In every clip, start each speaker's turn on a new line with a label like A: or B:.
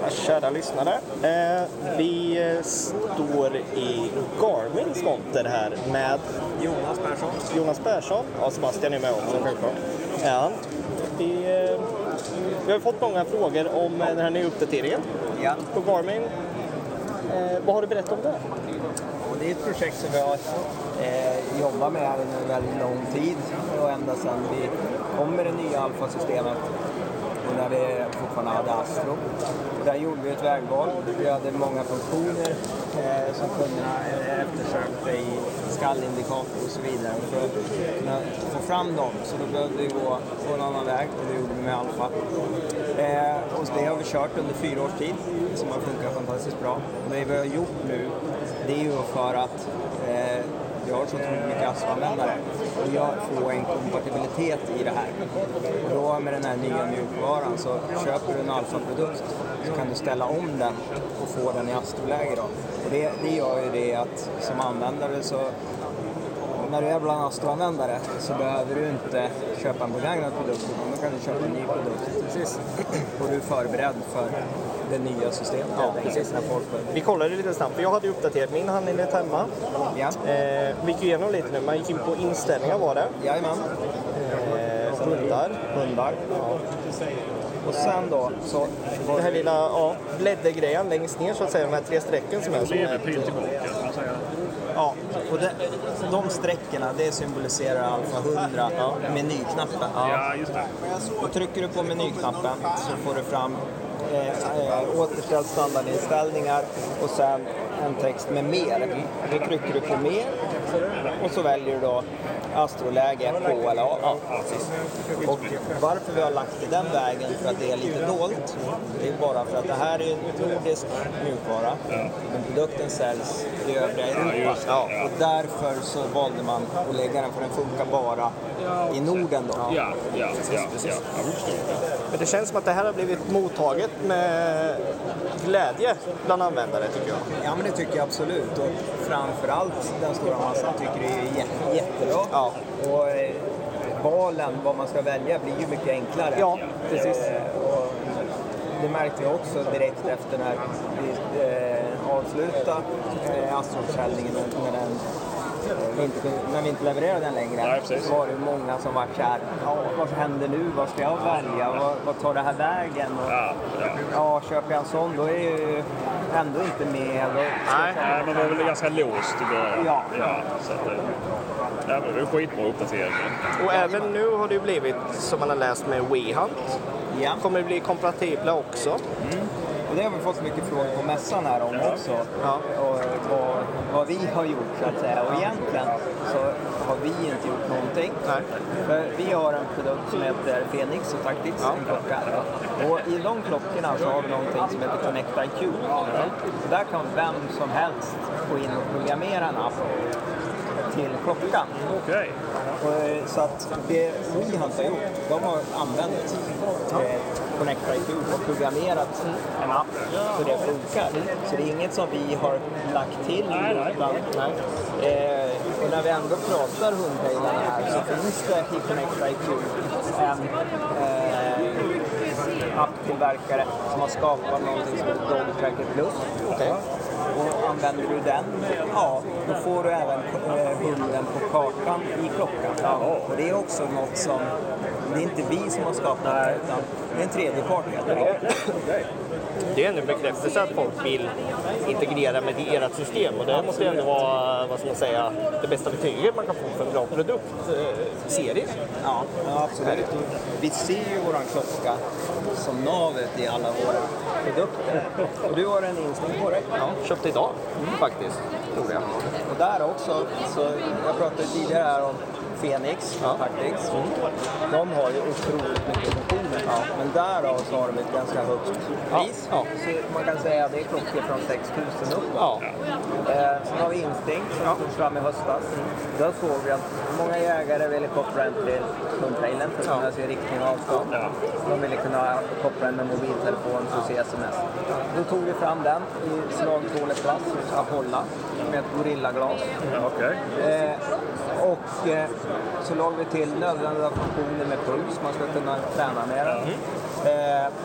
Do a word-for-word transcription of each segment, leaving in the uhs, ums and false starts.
A: Kära lyssnare, eh, vi står i Garmins monter här med
B: Jonas Persson.
A: Jonas Persson, ja, Sebastian är med också självklart. Ja. Vi, eh, vi har fått många frågor om den här nya uppdateringen
B: ja.
A: på Garmin. Eh, vad har du berättat om det?
B: Och det är ett projekt som vi har eh, jobbat med under en väldigt lång tid och ända sedan vi kom med det nya alfasystemet. Och när vi fortfarande hade Astro. Och där gjorde vi ett vägval. Vi hade många funktioner eh, som kunderna eftersökte i skallindikator och så vidare. Och för att kunna få fram dem så då behövde vi gå på en annan väg och det gjorde vi med Alfa. Eh, och det har vi kört under fyra års tid som har funkat fantastiskt bra. Och det vi har gjort nu det är ju för att eh, vi har så otroligt mycket Astro-användare och jag får en kompatibilitet i det här. Och då med den här nya mjukvaran så köper du en Alfa-produkt så kan du ställa om den och få den i Astro-läge då. Och det, det gör ju det att som användare så när du är bland Astro-användare så behöver du inte köpa en begagnad produkt utan då kan du köpa en ny produkt. Precis. Och du är förberedd för det nya systemet.
A: Ja, precis. Vi kollade lite snabbt. Jag hade ju uppdaterat min handlinget hemma.
B: Ja.
A: Eh, vi gick igenom lite nu. Man gick in på inställningar var det.
B: Jajamän.
A: Eh, hundar.
B: Hundar. Ja. Och sen då så...
A: Det här lilla ja, bläddergrejen längst ner så att säga. De här tre strecken som är... Som är
B: ja, och det, de sträckorna det symboliserar Alfa hundra ja. Menyknappen.
C: Ja, just det.
B: Och trycker du på menyknappen så får du fram eh, eh, återställd standardinställningar och sen en text med mer. Då trycker du på mer och så väljer du då Astroläge på eller av. Ja, och varför vi har lagt i den vägen för att det är lite dolt, det är bara för att det här är en nordisk mjukvara. Men produkten säljs i övriga Europa. Ja, och därför så valde man att lägga den för den funkar bara i Norden då.
C: Ja, ja, ja, ja, ja.
A: Men det känns som att det här har blivit mottaget med glädje bland användare tycker jag.
B: Ja, men det tycker jag absolut. Och framförallt den stora massan tycker det är jätte, jättebra. Ja. Och eh, valen, vad man ska välja, blir ju mycket enklare.
A: Ja, precis.
B: Eh, och det märkte vi också direkt efter när vi eh, avslutade eh, Astro-försäljningen när den Vi inte, när vi inte levererade den längre.
C: Nej,
B: så var det många som var kär. Ja, vad händer nu? Vad ska jag välja? Vad, vad tar det här vägen? Och,
C: ja, ja.
B: ja, köper jag en sån då är ju ändå inte med. Då,
C: nej, nej, man var väl ganska låst i början.
B: Ja.
C: ja så att, ja, det är skitbra uppdateringar.
A: Och även nu har det ju blivit, som man har läst med WeHunt.
B: Ja.
A: Kommer det bli kompatibla också?
B: Mm. Och det har vi fått mycket frågor på mässan här om också.
A: Ja.
B: Och vad, vad vi har gjort så att säga. Och egentligen så har vi inte gjort någonting.
A: Nej.
B: För vi har en produkt som heter Phoenix och Tactix, ja. En klocka. Och i de klockorna så har vi någonting som heter Connect I Q. Mm. Så där kan vem som helst gå in och programmera en app till klockan.
C: Okej.
B: Okay. Så att det vi har gjort, de har använt eh, Connect I Q och programmerat en app så det funkar. Så det är inget som vi har lagt till. Utan, nej. Eh, och när vi ändå pratar hundpejlarna här så finns det i Connect I Q en eh, apptillverkare som har skapat någonting som heter Dog Tracker Plus. Okay. Och använder du den, ja, då får du även eh, hunden på kartan i klockan. Ja. Och det är också något som, det är inte vi som har skapat det, utan det är en tredje part.
A: Det är ändå en bekräftelse att folk vill integrera med ert system. Och det måste ändå vara, vad ska man säga, det bästa betyget man kan få för en bra produktserie. Eh,
B: ja, ja, absolut. Vi ser ju våran klocka som navet i alla våra produkter. Och du har en instinkt på det?
A: Ja, köpte idag mm. faktiskt, tror jag.
B: Och där också, så jag pratade tidigare här om Phoenix, ja. Tactix. Mm. De har ju otroligt mycket funktioner. Ja. Men därav så har de ett ganska högt pris. Ja. Ja. Så man kan säga att det är klockor från sex tusen upp. Ja. Eh, sen har vi Instinct som ja. Tog fram i höstas. Mm. Där såg vi att många jägare ville koppla den till hundtrailen för att kunna ja. Se riktning och avstånd. Ja. De ville kunna koppla den med mobiltelefon för att se sms. Ja. Då tog vi fram den i slagtråleklass hos Apollo med ett gorillaglas.
C: Mm. Okay.
B: Eh, och eh, så lade vi till nödvändiga funktioner med puls. Man ska kunna träna med den. Mm. Eh,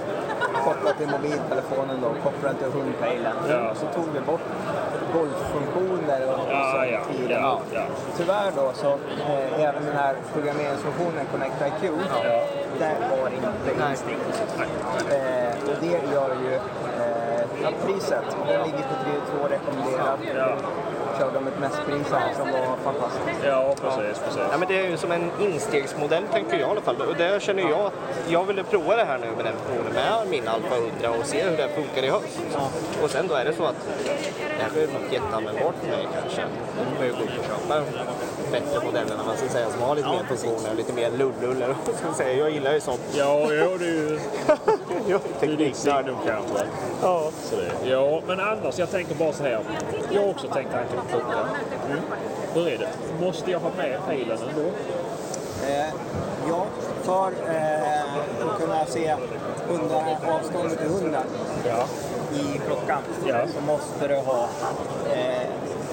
B: kopplat till mobiltelefonen då, kopplade till hundpejlen.
C: Ja.
B: Så tog vi bort golffunktioner och
C: Ja,
B: så
C: ja,
B: tiden.
C: ja, ja.
B: Tyvärr då så eh, även den här programmeringsfunktionen Connect I Q,
C: Ja.
B: där var inte instinkt. Eh, och det gör ju eh, att priset, den ligger på tre två rekommenderat.
C: Ja.
B: Körde de ett mässpris här som var fantastiskt.
C: Ja, precis, precis.
A: Ja, men det är ju som en instegsmodell tänker jag i alla fall. Och där känner jag att jag ville prova det här nu med den versionen med min Alfa hundra och se hur det funkar i höst. Och sen då är det så att det här blir något jätteanvändbart för mig kanske. Då får jag ju gå upp och köpa bättre modellerna, man ska säga, som har lite mer funktioner, lite mer lullull. Jag gillar ju sånt.
C: Ja, jo, det är ju...
A: Ja,
C: Det är ditt signum kanske.
A: Ja.
C: Så det. Ja, men annars, jag tänker bara så här. Jag har också tänkt tanken på klockan. Mm. Hur är det? Måste jag ha med pejlen ändå?
B: Eh, ja, för eh, att kunna se hundar, avståndet till hunden
C: Ja.
B: i klockan
C: Ja.
B: så måste du ha eh,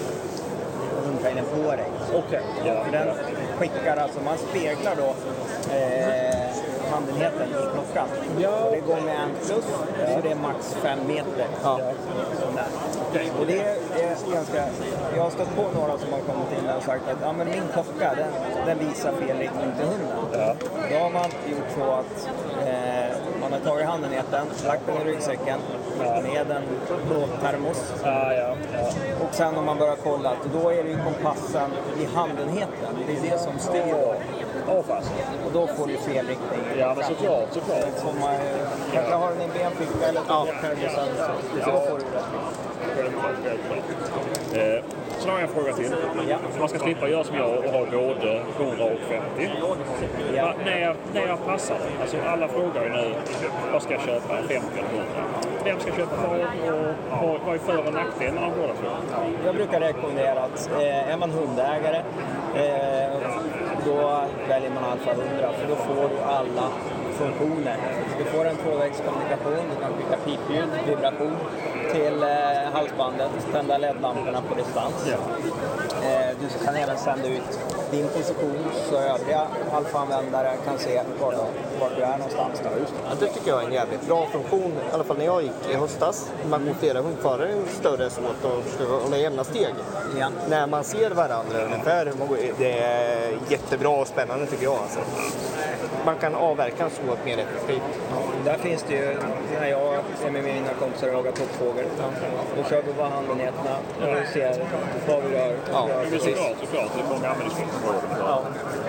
B: hundpejlen på dig.
C: Okej. Okay. Ja.
B: För den skickar, alltså man speglar då eh, handenheten i klockan.
C: Ja.
B: Och det går med en plus, så det är max fem meter.
A: Ja.
B: Sån där. Och det är ganska, jag har stött på några som har kommit in och sagt att ja, men min klocka den, den visar fel riktning till hunden.
C: Ja.
B: Då har man gjort så att eh, man har tagit handenheten, lagt den i ryggsäcken med en blå termos.
C: Ja, ja, ja.
B: Och sen om man börjar kolla, då är det ju kompassen i handenheten. Det är det som styr.
C: Åh, fast.
B: Och då får du fel riktning.
C: Ja, men såklart, såklart.
B: Så får man kanske ha den i en benficka eller ta bort termosen. Så då får du det.
C: Självklart, självklart. Eh, så har jag en fråga till.
B: Ja.
C: Man ska slippa göra som jag och ha både hundra och femtio.
B: Ja.
C: Va, när, när jag passar det. Alltså alla frågar ju nu, vad ska jag köpa? femtio eller hundra? Vem ska köpa vad och, och vad är för- och nackdelarna av båda två?
B: Jag brukar rekommendera att eh, är man hundägare eh, då väljer man Alfa hundra för då får du alla funktioner. Du får en tvåvägskommunikation, du kan skicka pipljud, vibration till eh, halsbandet, tända L E D-lamporna på distans.
C: Ja.
B: Eh, du kan även sända ut din position så övriga Alfa-användare kan se var, var du är någonstans. Då.
A: Ja, det tycker jag är en jävligt bra funktion, i alla fall när jag gick i höstas. Man går flera hundförare är större svårt att försöka hålla jämna steg.
B: Ja.
A: När man ser varandra ungefär, det är jättebra och spännande tycker jag. Alltså. Man kan avverka så mer effektivt.
B: Där finns det ju, när jag är med mina kompisar och jagar toppfågel, då kör vi bara handenheterna och vi ser vad vi rör.
A: Ja,
B: rör.
C: Men såklart, såklart. Det är många användningsområden.
B: Ja.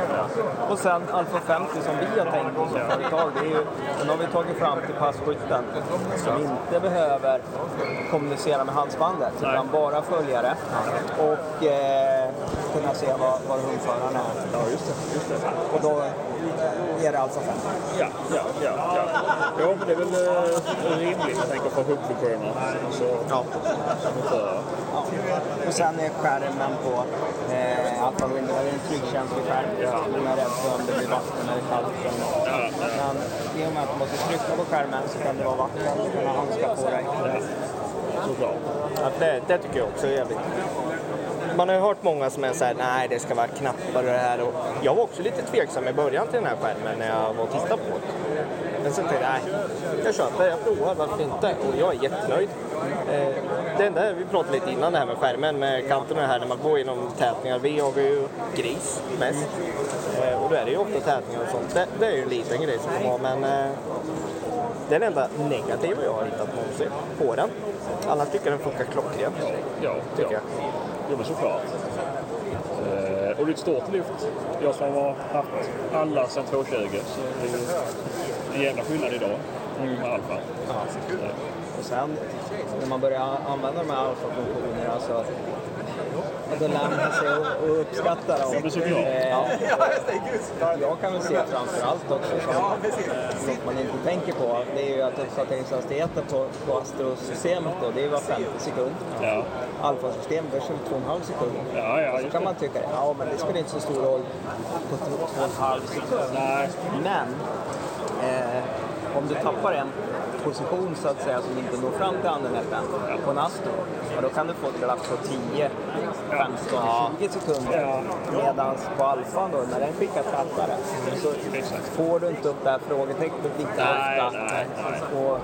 B: Och sen Alfa femtio som vi har tänkt oss som företag, det är ju, den har vi tagit fram till passkytten som inte behöver kommunicera med halsbandet utan bara följa det och eh, kunna se vad, vad hundföraren är.
C: Ja, just det. Just det.
B: Och då är det Alfa femtio.
C: Ja, ja, ja, ja. Ja, men det är väl eh, rimligt, jag tänker på hubbfunktionerna. Så,
A: Ja.
C: så,
B: Ja. Och sen är skärmen på eh, Alfa Window, det är en tryckkänslig skärm.
C: Ja.
B: Den är rädd för om det blir vatten eller kallt.
C: ja, ja.
B: Men i och med att du måste trycka på skärmen så kan det vara vatten, du kan ha handskar på dig.
C: Såklart.
A: Ja, det, det tycker jag också är jävligt. Man har ju hört många som är såhär, nej det ska vara knappar och det här. Och jag var också lite tveksam i början till den här skärmen när jag var och tittade på det. Men sen tänkte jag, nej, jag köper, jag provar, varför inte? Och jag är jättenöjd. Eh, det enda, vi pratade lite innan det här med skärmen, med kanterna här när man går inom tätningar. Vi jagar ju gris mest. Eh, och då är det ju ofta tätningar och sånt. Det, det är ju en liten grej som man har, men eh, det är det enda negativa jag har hittat någonsin på den. Annars tycker jag den funkar klockrent.
C: Ja,
A: Tycker
C: ja.
A: jag.
C: Jo, men såklart. Eh, och det är ett stort lyft. Jag som har haft alla sedan två tjugo så det är ju en jävla skillnad idag med Alfa.
B: Ja. Och sen när man börjar använda de här alfa-funktionerna så då lär man sig att uppskatta dem.
C: Ja, det är så bra.
B: Eh, jag kan väl se framförallt också som något man inte tänker på. Det är ju att uppdatteringshastigheten på, på Astro-systemet då, det är var femtio sekund.
C: Ja.
B: Alfa-systemet är tjugotvå komma fem sekund.
C: Ja, ja,
B: Så
C: just
B: kan
C: det.
B: man tycka, ja men det spelar inte så stor roll på två komma fem sekund.
C: Nej.
B: Men eh, om du tappar en position så att säga som inte når fram till andenheten på en Astro, och då kan du få ett glapp på tio, femton, tjugo sekunder. Medan på Alfan då, när den skickar tappare, så får du inte upp det här frågetecknet lika
C: Nej,
B: ofta.
C: nej, nej.
B: Och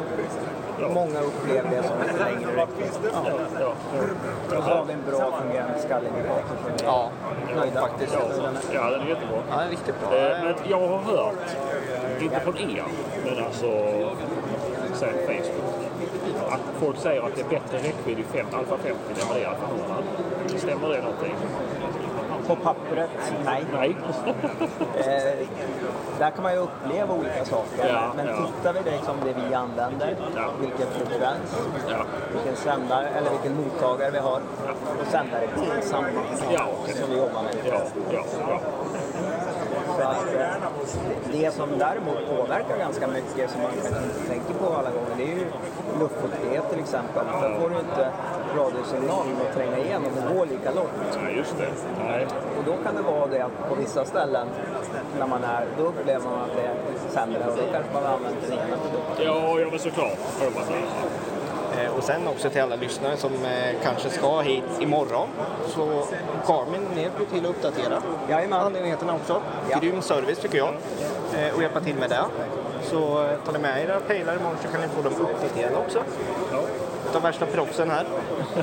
B: många upplever det som en längre räckvidd. Ja.
C: Ja,
B: Då har vi en bra fungerande skallindikator som vi är
A: Ja,
B: nöjda
A: faktiskt.
C: ja, ja, den är jättebra.
A: Ja, det är riktigt bra.
C: Eh, Men jag har hört, inte från er, men alltså säg Facebook, att folk säger att det är bättre räckvidd i fem, Alfa femtio än vad det är Alfa hundra. Stämmer det någonting?
B: På pappret, nej.
C: Nej.
B: Eh, där kan man ju uppleva olika saker.
C: Ja,
B: men
C: ja.
B: tittar vi liksom det vi använder,
C: Ja.
B: vilken frekvens,
C: Ja.
B: vilken sändare eller vilken mottagare vi har, och sändare till samma
C: Ja.
B: som vi jobbar med.
C: Ja, ja, ja.
B: Så att, eh, det som däremot påverkar ganska mycket som man kanske inte tänker på alla gånger, det är ju luftfuktighet till exempel. Då får du inte radiosignalen att tränga igenom och gå lika långt.
C: Nej, just det. Nej.
B: Och då kan det vara det att på vissa ställen när man är, då upplever man att det är sämre och då kanske man använder den ena produkten.
C: Ja, ja, men såklart. Får man säga.
A: Eh, Och sen också till alla lyssnare som eh, kanske ska hit imorgon, så Garmin hjälper till att uppdatera
B: Jajamän.
A: anledningarna också.
B: Ja.
A: Grym service tycker jag, eh, och hjälpa till med det. Så eh, tar ni med era pejlar imorgon så kan ni få dem uppdaterade också. De värsta proffsen här.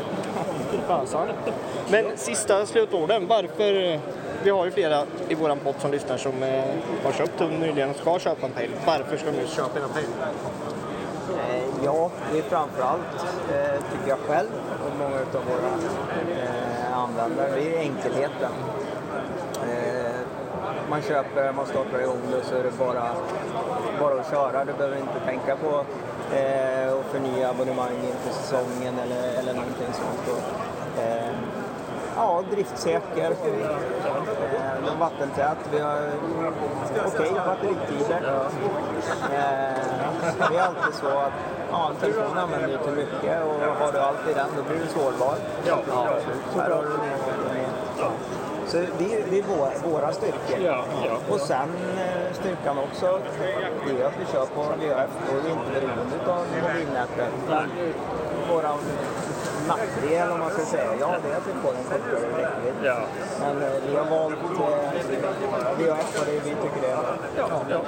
A: Fasen. Men sista slutorden, varför, vi har ju flera i våran podd som lyssnar som eh, har köpt hund nyligen och ska köpa en pejl. Varför ska de just köpa en pejl?
B: Eh, ja, det är framförallt, eh, tycker jag själv och många av våra eh, användare, det är enkelheten. Eh, man köper, man startar igång det så är det bara, bara att köra. Du behöver inte tänka på eh, att förnya abonnemang inför säsongen eller, eller någonting sånt. Och, eh, ja, driftsäker, eh, den vattentät, vi har okej okay, batteritider. Eh, det är alltid så att ja, telefonen använder du till mycket och har du allt i den då blir du sårbar.
C: Ja,
B: Ja, så här har du ja. Så det är, det är våra, våra styrkor.
C: Ja, ja.
B: Och sen eh, styrkan också, det är att vi kör på V H F och vi är inte beroende av mobilnätet. Men våra nackdel om man ska säga, ja det är att vi får en kortare räckvidd.
C: Ja.
B: Men eh, vi har valt eh, V H F och det vi tycker det är bra.
C: Ja, ja.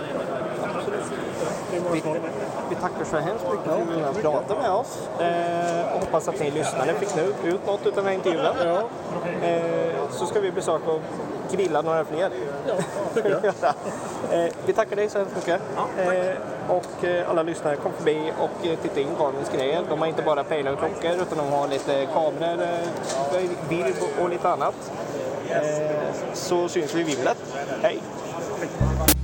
A: Vi, vi tackar så hemskt mycket för att ni ville prata med oss. Eh, och hoppas att ni lyssnade fick nu ut något av den här intervjun. Ja. Eh, så ska vi besöka och grilla några fler. Ja, eh, vi tackar dig så hemskt mycket. Eh, och eh, alla lyssnare, kom förbi och eh, titta in Garmins grejer. De har inte bara pejlar och klockor utan de har lite kameror, eh, bild och lite annat. Eh, så syns vi i vimlet. Hej!